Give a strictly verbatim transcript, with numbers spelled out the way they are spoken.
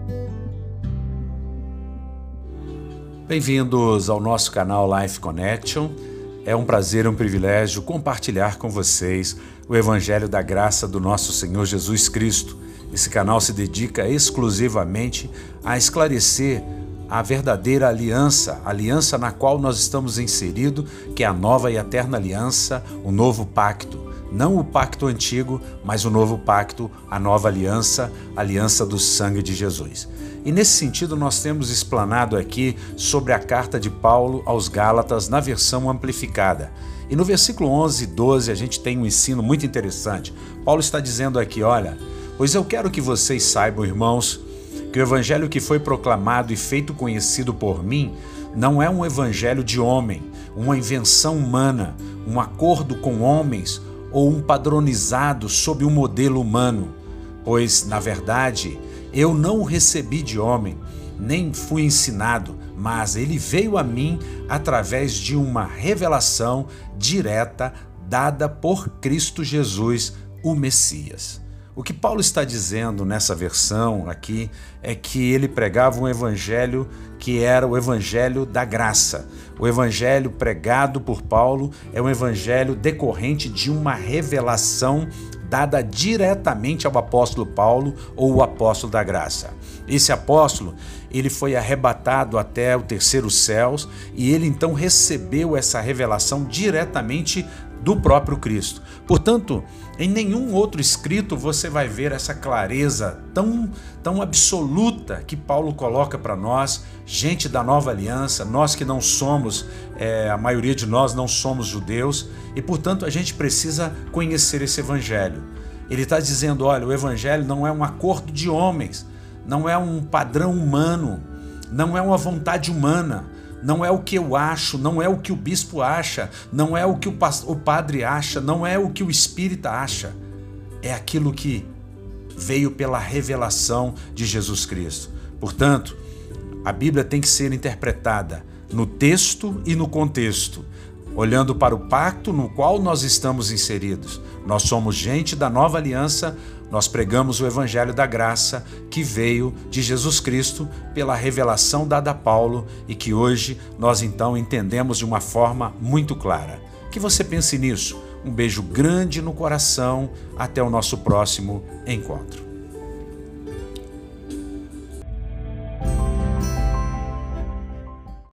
Bem-vindos ao nosso canal Life Connection. É um prazer e um privilégio compartilhar com vocês o Evangelho da Graça do nosso Senhor Jesus Cristo. Esse canal se dedica exclusivamente a esclarecer a verdadeira aliança, a aliança na qual nós estamos inseridos, que é a nova e eterna aliança, o novo pacto. Não o pacto antigo, mas o novo pacto, a nova aliança, a aliança do sangue de Jesus. E nesse sentido nós temos explanado aqui sobre a carta de Paulo aos Gálatas na versão amplificada. E no versículo onze e doze a gente tem um ensino muito interessante. Paulo está dizendo aqui, olha, pois eu quero que vocês saibam, irmãos, que o evangelho que foi proclamado e feito conhecido por mim não é um evangelho de homem, uma invenção humana, um acordo com homens ou um padronizado sob um modelo humano, pois, na verdade, eu não o recebi de homem, nem fui ensinado, mas ele veio a mim através de uma revelação direta dada por Cristo Jesus, o Messias. O que Paulo está dizendo nessa versão aqui é que ele pregava um evangelho que era o evangelho da graça. O evangelho pregado por Paulo é um evangelho decorrente de uma revelação dada diretamente ao apóstolo Paulo ou o apóstolo da graça. Esse apóstolo, ele foi arrebatado até o terceiro céus e ele então recebeu essa revelação diretamente do próprio Cristo. Portanto, em nenhum outro escrito você vai ver essa clareza tão, tão absoluta que Paulo coloca para nós, gente da nova aliança, nós que não somos, é, a maioria de nós não somos judeus, e portanto a gente precisa conhecer esse evangelho. Ele está dizendo, olha, o evangelho não é um acordo de homens, não é um padrão humano, não é uma vontade humana, não é o que eu acho, não é o que o bispo acha, não é o que o, o padre acha, não é o que o espírita acha. É aquilo que veio pela revelação de Jesus Cristo. Portanto, a Bíblia tem que ser interpretada no texto e no contexto, olhando para o pacto no qual nós estamos inseridos. Nós somos gente da nova aliança, nós pregamos o evangelho da graça que veio de Jesus Cristo pela revelação dada a Paulo e que hoje nós então entendemos de uma forma muito clara. Que você pense nisso. Um beijo grande no coração. Até o nosso próximo encontro.